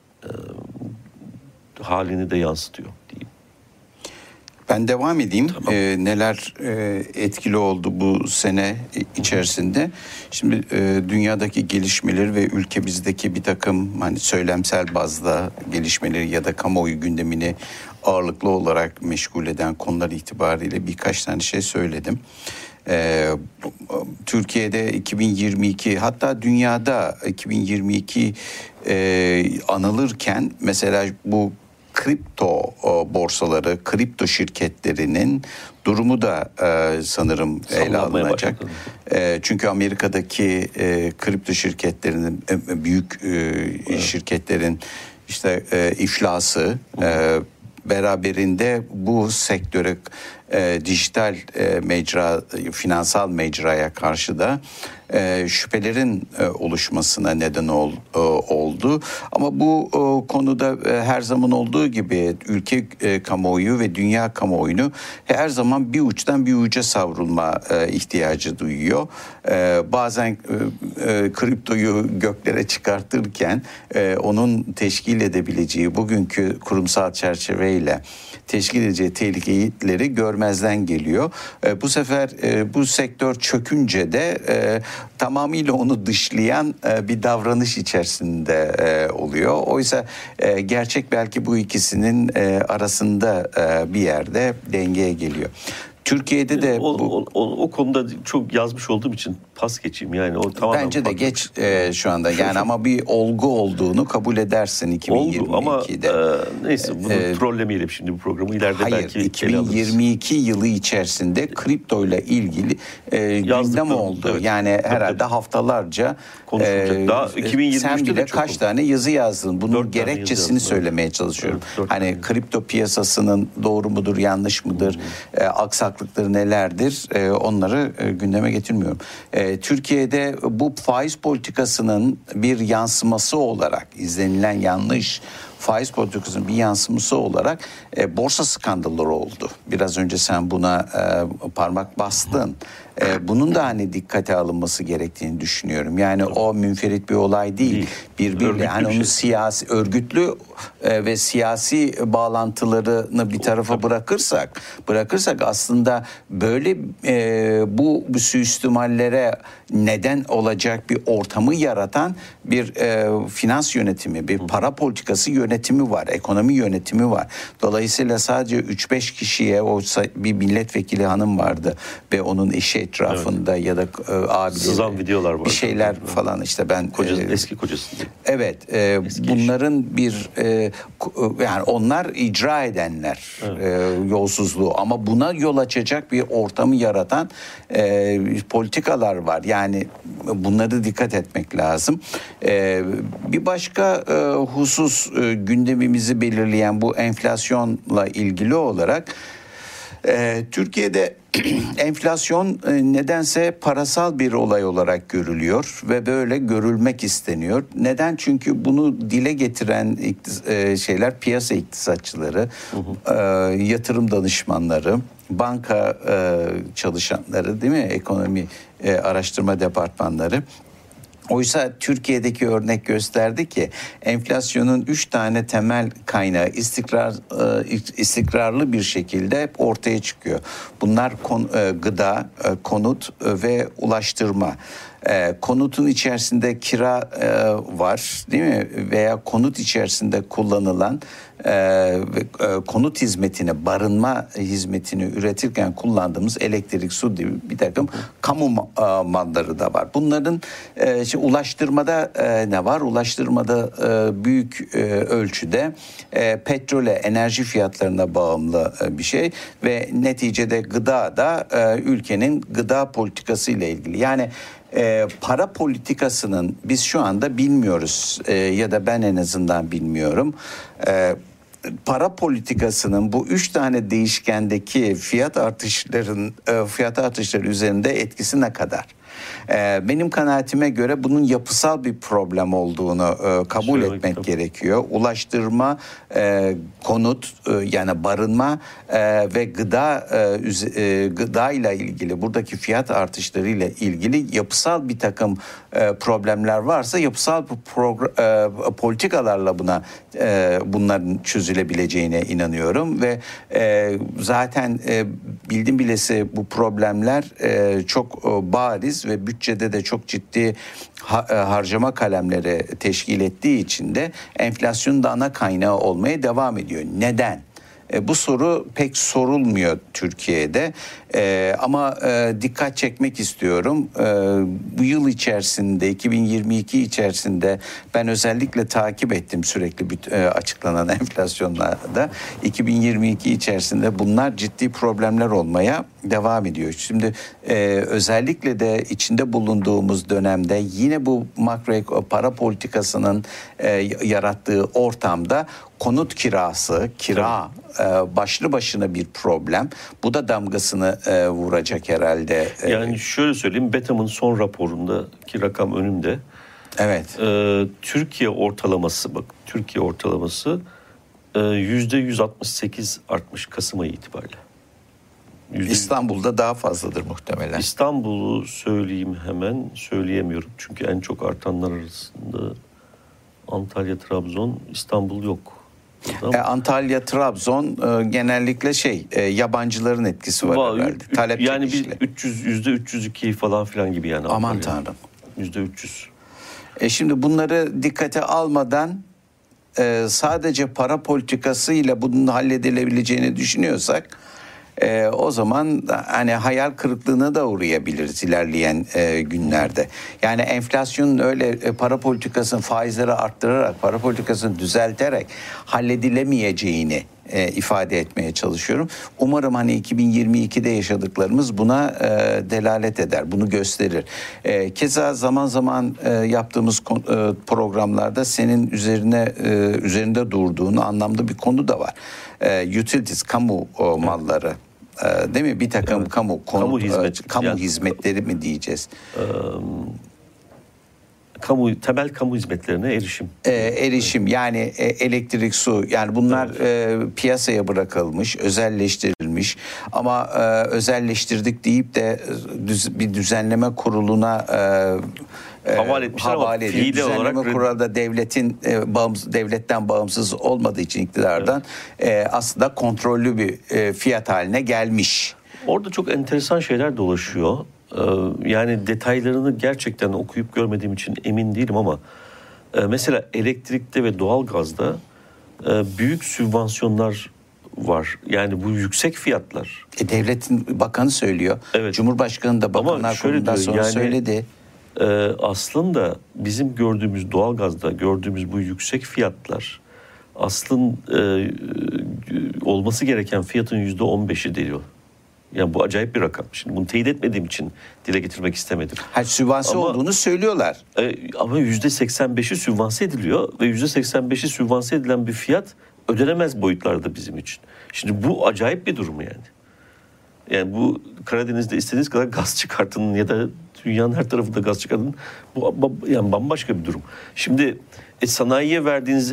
halini de yansıtıyor diyeyim. Ben devam edeyim. Tamam. Neler etkili oldu bu sene içerisinde? Şimdi dünyadaki gelişmeleri ve ülkemizdeki bir takım hani söylemsel bazda gelişmeleri ya da kamuoyu gündemini ağırlıklı olarak meşgul eden konular itibariyle birkaç tane şey söyledim. Türkiye'de 2022, hatta dünyada 2022 anılırken mesela bu kripto borsaları, kripto şirketlerinin durumu da sanırım ele alınacak. Çünkü Amerika'daki kripto şirketlerinin, büyük şirketlerin işte iflası beraberinde bu sektöre, dijital mecra, finansal mecraya karşı da şüphelerin oluşmasına neden oldu. Ama bu konuda her zaman olduğu gibi ülke kamuoyu ve dünya kamuoyunu her zaman bir uçtan bir uca savrulma ihtiyacı duyuyor. Bazen kriptoyu göklere çıkartırken onun teşkil edebileceği bugünkü kurumsal çerçeveyle teşkil edeceği tehlikeleri görmezden geliyor. Bu sefer bu sektör çökünce de tamamıyla onu dışlayan bir davranış içerisinde oluyor. Oysa gerçek belki bu ikisinin arasında bir yerde dengeye geliyor. Türkiye'de de o konuda çok yazmış olduğum için pas geçeyim, yani o tamamen bence de geç şu anda yani, ama bir olgu olduğunu kabul edersin 2022'de. Oldu ama neyse bunu trollemeyelim şimdi bu programı, ileride hayır, belki 2022 yılı içerisinde kripto ile ilgili gündem oldu. Evet. Yani herhalde haftalarca konuşulacak. Daha 2023'te sen bile kaç oldu. Tane yazı yazdın. Bunun gerekçesini söylemeye çalışıyorum. Evet, hani kripto piyasasının doğru mudur, yanlış mıdır, aksaklıkları nelerdir, onları gündeme getirmiyorum. Türkiye'de bu faiz politikasının bir yansıması olarak, izlenilen yanlış faiz politikasının bir yansıması olarak borsa skandalları oldu. Biraz önce sen buna parmak bastın. Bunun da hani dikkate alınması gerektiğini düşünüyorum. Yani o münferit bir olay değil. Birbiriyle hani onun siyasi, örgütlü ve siyasi bağlantılarını bir tarafa bırakırsak aslında böyle bu suistimallere neden olacak bir ortamı yaratan bir finans yönetimi, bir para politikası yönetimi yönetimi var, ekonomi yönetimi var. Dolayısıyla sadece 3-5 kişiye, bir milletvekili hanım vardı ve onun eşi etrafında ya da abileri, sızan videolar var. Bir şeyler falan işte ben eski kocası. Evet, bunların bir yani onlar icra edenler yolsuzluğu, ama buna yol açacak bir ortamı yaratan politikalar var. Yani bunları dikkat etmek lazım. Bir başka husus, gündemimizi belirleyen bu enflasyonla ilgili olarak Türkiye'de enflasyon nedense parasal bir olay olarak görülüyor ve böyle görülmek isteniyor. Neden? Çünkü bunu dile getiren şeyler piyasa iktisatçıları, yatırım danışmanları, banka çalışanları, değil mi? Ekonomi araştırma departmanları. Oysa Türkiye'deki örnek gösterdi ki enflasyonun 3 tane temel kaynağı istikrarlı bir şekilde hep ortaya çıkıyor. Bunlar gıda, konut ve ulaştırma. Konutun içerisinde kira var, değil mi? Veya konut içerisinde kullanılan konut hizmetini, barınma hizmetini üretirken kullandığımız elektrik, su gibi bir takım kamu malları da var. Bunların ulaştırmada ne var? Ulaştırmada büyük ölçüde petrole, enerji fiyatlarına bağımlı bir şey ve neticede gıda da ülkenin gıda politikası ile ilgili. Yani para politikasının biz şu anda bilmiyoruz ya da ben en azından bilmiyorum. Para politikasının bu 3 tane değişkendeki fiyat artışları üzerinde etkisi ne kadar? Benim kanaatime göre bunun yapısal bir problem olduğunu kabul etmek gerekiyor. Ulaştırma, konut, yani barınma ve gıda ile ilgili, buradaki fiyat artışları ile ilgili yapısal bir takım problemler varsa yapısal politikalarla bunların çözülebileceğine inanıyorum ve zaten bildim bilesi bu problemler çok bariz ve bütçede de çok ciddi harcama kalemleri teşkil ettiği için de enflasyonun da ana kaynağı olmaya devam ediyor. Neden? Bu soru pek sorulmuyor Türkiye'de ama dikkat çekmek istiyorum. Bu yıl içerisinde, 2022 içerisinde ben özellikle takip ettim sürekli açıklanan enflasyonlarda. 2022 içerisinde bunlar ciddi problemler olmaya devam ediyor. Şimdi özellikle de içinde bulunduğumuz dönemde yine bu makro para politikasının yarattığı ortamda konut kira başlı başına bir problem. Bu da damgasını vuracak herhalde. Yani şöyle söyleyeyim, BETAM'ın son raporundaki rakam önümde. Evet. Türkiye ortalaması %168 artmış Kasım ayı itibariyle. İstanbul'da daha fazladır muhtemelen. İstanbul'u söyleyemiyorum. Çünkü en çok artanlar arasında Antalya, Trabzon, İstanbul yok. Antalya, Trabzon genellikle yabancıların etkisi var herhalde. Talep yani bir %302 falan filan gibi yani. Aman Antalya. Tanrım. %300. Şimdi bunları dikkate almadan sadece para politikasıyla bunun halledilebileceğini düşünüyorsak o zaman hani hayal kırıklığına da uğrayabiliriz ilerleyen günlerde. Yani enflasyonun öyle para politikasını, faizleri arttırarak, para politikasını düzelterek halledilemeyeceğini ifade etmeye çalışıyorum. Umarım hani 2022'de yaşadıklarımız buna delalet eder, bunu gösterir. Keza zaman zaman yaptığımız programlarda senin üzerinde durduğun anlamda bir konu da var. Utilities, kamu malları. Değil mi? Bir takım kamu hizmetleri mi diyeceğiz? Temel kamu hizmetlerine erişim. Erişim yani elektrik, su, yani bunlar piyasaya bırakılmış, özelleştirilmiş ama özelleştirdik deyip de bir düzenleme kuruluna havale edip düzenleme kurulu da devletten bağımsız olmadığı için iktidardan aslında kontrollü bir fiyat haline gelmiş. Orada çok enteresan şeyler dolaşıyor. Yani detaylarını gerçekten okuyup görmediğim için emin değilim ama mesela elektrikte ve doğalgazda büyük sübvansiyonlar var. Yani bu yüksek fiyatlar. Devletin bakanı söylüyor. Evet. Cumhurbaşkanı da Bakanlar Kurulu'ndan sonra yani, söyledi. Aslında bizim gördüğümüz doğalgazda gördüğümüz bu yüksek fiyatlar olması gereken fiyatın %15'i diyor. Yani bu acayip bir rakam. Şimdi bunu teyit etmediğim için dile getirmek istemedim. Sübvanse olduğunu söylüyorlar. Ama %85'i sübvanse ediliyor ve %85'i sübvanse edilen bir fiyat ödenemez boyutlarda bizim için. Şimdi bu acayip bir durum yani. Yani bu Karadeniz'de istediğiniz kadar gaz çıkartın ya da dünyanın her tarafında gaz çıkartın. Bu yani bambaşka bir durum. Şimdi sanayiye verdiğiniz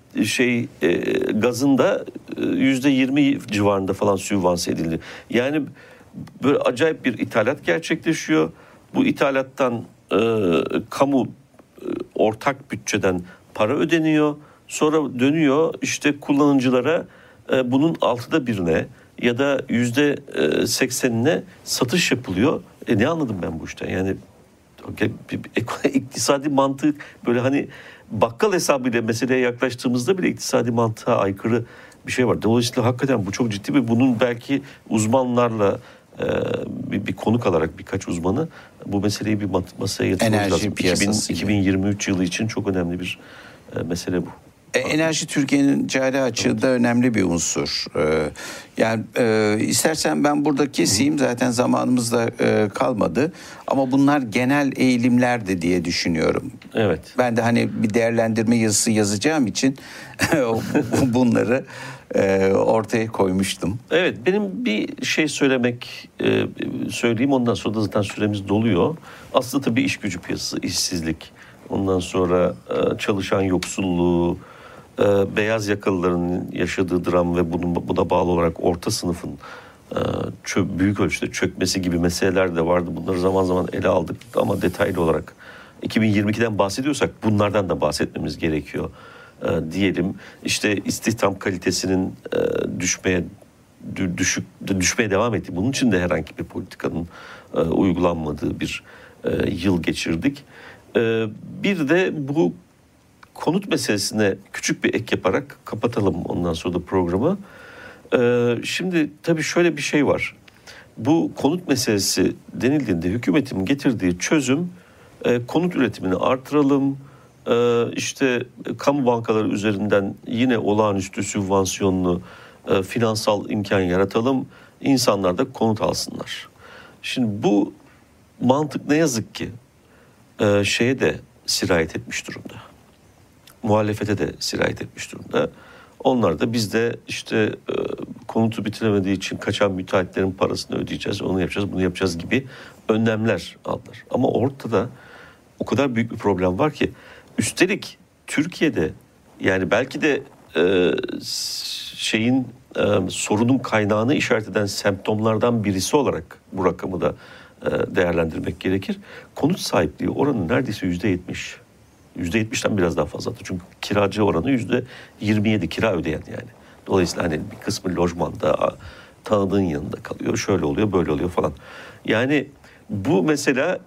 gazın da %20 civarında falan sübvanse edildi. Yani böyle acayip bir ithalat gerçekleşiyor. Bu ithalattan kamu ortak bütçeden para ödeniyor. Sonra dönüyor işte kullanıcılara bunun 1/6'ine ya da %80'ine satış yapılıyor. Ne anladım ben bu işten? Yani iktisadi mantık böyle hani bakkal hesabıyla meseleye yaklaştığımızda bile iktisadi mantığa aykırı bir şey var. Dolayısıyla hakikaten bu çok ciddi ve bunun belki uzmanlarla bir konuk alarak birkaç uzmanı bu meseleyi bir masaya yatırmamız lazım. 2023 yılı için çok önemli bir mesele bu. Enerji Türkiye'nin cari açığı da önemli bir unsur. Yani istersen ben burada keseyim, zaten zamanımız da kalmadı. Ama bunlar genel eğilimlerdi diye düşünüyorum. Evet. Ben de hani bir değerlendirme yazısı yazacağım için bunları ortaya koymuştum. Evet, benim bir şey söyleyeyim, ondan sonra da zaten süremiz doluyor. Aslında tabii iş gücü piyasası, işsizlik, ondan sonra çalışan yoksulluğu, beyaz yakalıların yaşadığı dram ve buna bağlı olarak orta sınıfın büyük ölçüde çökmesi gibi meseleler de vardı. Bunları zaman zaman ele aldık ama detaylı olarak 2022'den bahsediyorsak bunlardan da bahsetmemiz gerekiyor diyelim. İşte istihdam kalitesinin düşmeye devam ettiği, bunun için de herhangi bir politikanın uygulanmadığı bir yıl geçirdik. Bir de bu konut meselesine küçük bir ek yaparak kapatalım ondan sonra da programı. Şimdi tabii şöyle bir şey var. Bu konut meselesi denildiğinde hükümetin getirdiği çözüm konut üretimini artıralım. İşte kamu bankaları üzerinden yine olağanüstü sübvansiyonlu finansal imkan yaratalım. İnsanlar da konut alsınlar. Şimdi bu mantık ne yazık ki şeye de sirayet etmiş durumda. Muhalefete de sirayet etmiş durumda. Onlar da biz de işte konutu bitiremediği için kaçan müteahhitlerin parasını ödeyeceğiz, onu yapacağız, bunu yapacağız gibi önlemler aldılar. Ama ortada o kadar büyük bir problem var ki, üstelik Türkiye'de yani belki de sorunun kaynağını işaret eden semptomlardan birisi olarak bu rakamı da değerlendirmek gerekir. Konut sahipliği oranı neredeyse %70. %70'ten biraz daha fazla. Çünkü kiracı oranı %27 kira ödeyen yani. Dolayısıyla hani bir kısmı lojmanda, tanıdığın yanında kalıyor. Şöyle oluyor, böyle oluyor falan. Yani bu mesela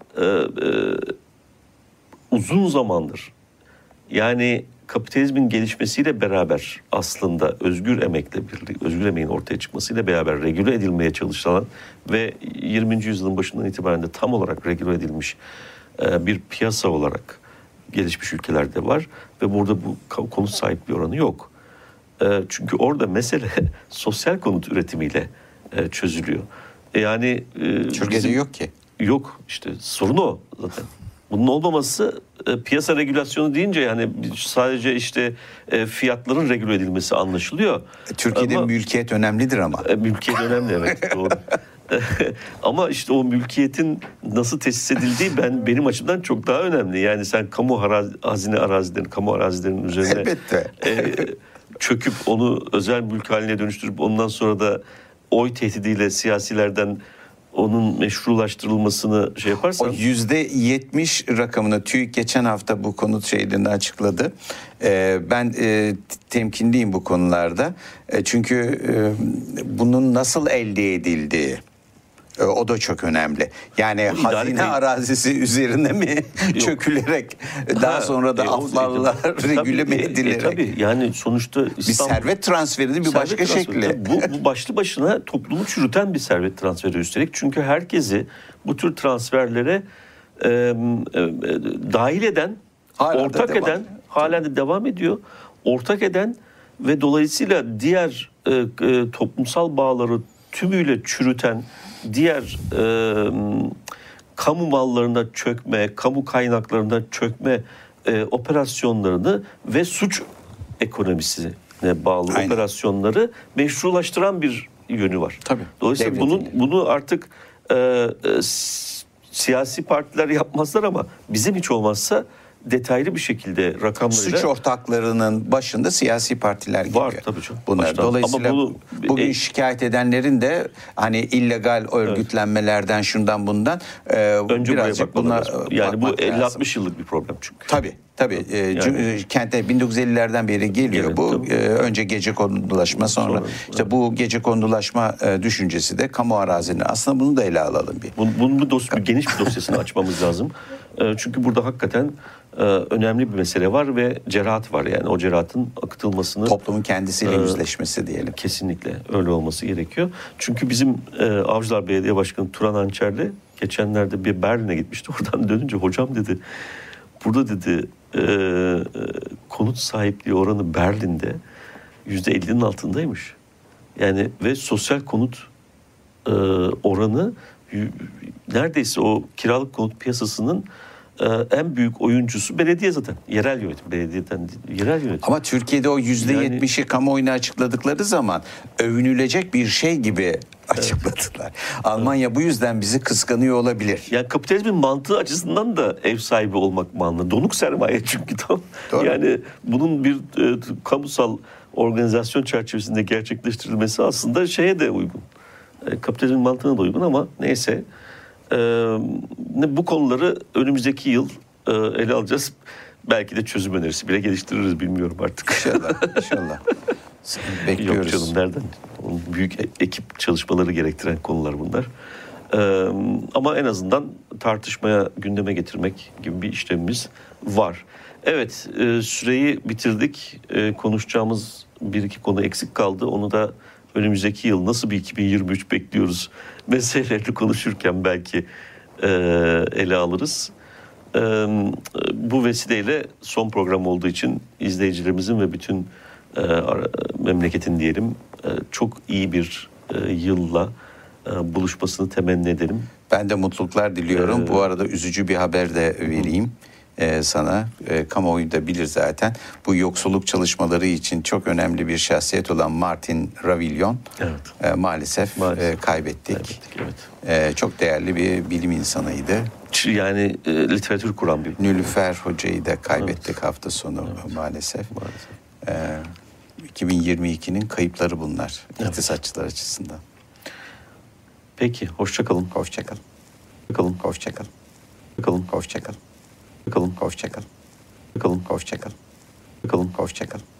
uzun zamandır, yani kapitalizmin gelişmesiyle beraber aslında özgür emeğin ortaya çıkmasıyla beraber regüle edilmeye çalışılan ve 20. yüzyılın başından itibaren de tam olarak regüle edilmiş bir piyasa olarak gelişmiş ülkelerde var ve burada bu konut sahipliği oranı yok. Çünkü orada mesele sosyal konut üretimiyle çözülüyor. Yani Türkiye'de yok ki. Yok işte, sorun o zaten. Bunun olmaması piyasa regülasyonu deyince yani sadece işte fiyatların regüle edilmesi anlaşılıyor. Türkiye'de mülkiyet önemlidir ama. Mülkiyet önemli, evet, doğru. Ama işte o mülkiyetin nasıl tesis edildiği benim açımdan çok daha önemli. Yani sen kamu arazilerinin üzerine çöküp onu özel mülk haline dönüştürüp ondan sonra da oy tehdidiyle siyasilerden onun meşrulaştırılmasını yaparsan... O %70 rakamını TÜİK geçen hafta bu konut şeylerini açıkladı. Ben temkinliyim bu konularda. Çünkü bunun nasıl elde edildiği O da çok önemli. Yani O idare hazine değil. arazisi üzerine mi çökülerek daha sonra da aflarla regüle mi edilerek? Tabii yani sonuçta Bir servet transferinin bir servet başka transferi. şekli. Tabii bu başlı başına toplumu çürüten bir servet transferi üstelik. Çünkü herkesi bu tür transferlere dahil eden, ortak eden, halen de devam ediyor. Ortak eden ve dolayısıyla diğer toplumsal bağları tümüyle çürüten, diğer kamu mallarına çökme, kamu kaynaklarına çökme operasyonlarını ve suç ekonomisine bağlı operasyonları meşrulaştıran bir yönü var. Tabii. Dolayısıyla bunu artık siyasi partiler yapmazlar ama bizim hiç olmazsa detaylı bir şekilde rakamlarıyla... Suç ortaklarının başında siyasi partiler geliyor. Var tabii canım. Bunlar. Dolayısıyla bugün şikayet edenlerin de hani illegal örgütlenmelerden şundan bundan önce birazcık bunlar yani bu 50-60 yıllık bir problem çünkü. Tabii. Kente 1950'lerden beri geliyor bu. Önce gecekondulaşma sonra işte bu gecekondulaşma düşüncesi de kamu arazini. Aslında bunu da ele alalım bir. Bunun geniş bir dosyasını açmamız lazım. Çünkü burada hakikaten önemli bir mesele var ve cerahat var. Yani o cerahatın akıtılmasını... Toplumun kendisiyle yüzleşmesi diyelim. Kesinlikle öyle olması gerekiyor. Çünkü bizim Avcılar Belediye Başkanı Turan Hançerli geçenlerde bir Berlin'e gitmişti. Oradan dönünce hocam dedi, burada dedi konut sahipliği oranı Berlin'de %50'nin altındaymış. Yani ve sosyal konut oranı neredeyse o kiralık konut piyasasının en büyük oyuncusu belediye zaten. Yerel yönetim. Belediyeden değil, yerel yönetim. Ama Türkiye'de o %70'i kamuoyuna açıkladıkları zaman övünülecek bir şey gibi açıkladılar. Evet. Almanya bu yüzden bizi kıskanıyor olabilir. Yani kapitalizmin mantığı açısından da ev sahibi olmak mantığı. Donuk sermaye çünkü tam. Doğru. Yani bunun bir kamusal organizasyon çerçevesinde gerçekleştirilmesi aslında şeye de uygun. Kapitalizmin mantığına da uygun ama neyse. Bu konuları önümüzdeki yıl ele alacağız. Belki de çözüm önerisi bile geliştiririz, bilmiyorum artık. İnşallah. Bekliyoruz. Yok canım, nereden? Büyük ekip çalışmaları gerektiren konular bunlar. Ama en azından tartışmaya, gündeme getirmek gibi bir işlemimiz var. Evet, süreyi bitirdik. Konuşacağımız bir iki konu eksik kaldı. Onu da önümüzdeki yıl nasıl bir 2023 bekliyoruz meselelerini konuşurken belki ele alırız. Bu vesileyle son program olduğu için izleyicilerimizin ve bütün memleketin diyelim çok iyi bir yılla buluşmasını temenni ederim. Ben de mutluluklar diliyorum. Bu arada üzücü bir haber de vereyim sana. Kamuoyu da bilir zaten. Bu yoksulluk çalışmaları için çok önemli bir şahsiyet olan Martin Ravillon maalesef kaybettik. Evet. Çok değerli bir bilim insanıydı. Yani literatür kuran bir... Nilüfer Hoca'yı da kaybettik hafta sonu maalesef. 2022'nin kayıpları bunlar iktisatçılar açısından. Peki, hoşça kalın. Hoşça kalın. Hoşça kalın. Hoşça kalın. Hoşça kalın. Hoşça kalın. Hoşça kalın. Hoşça kalın. Hoşça kalın.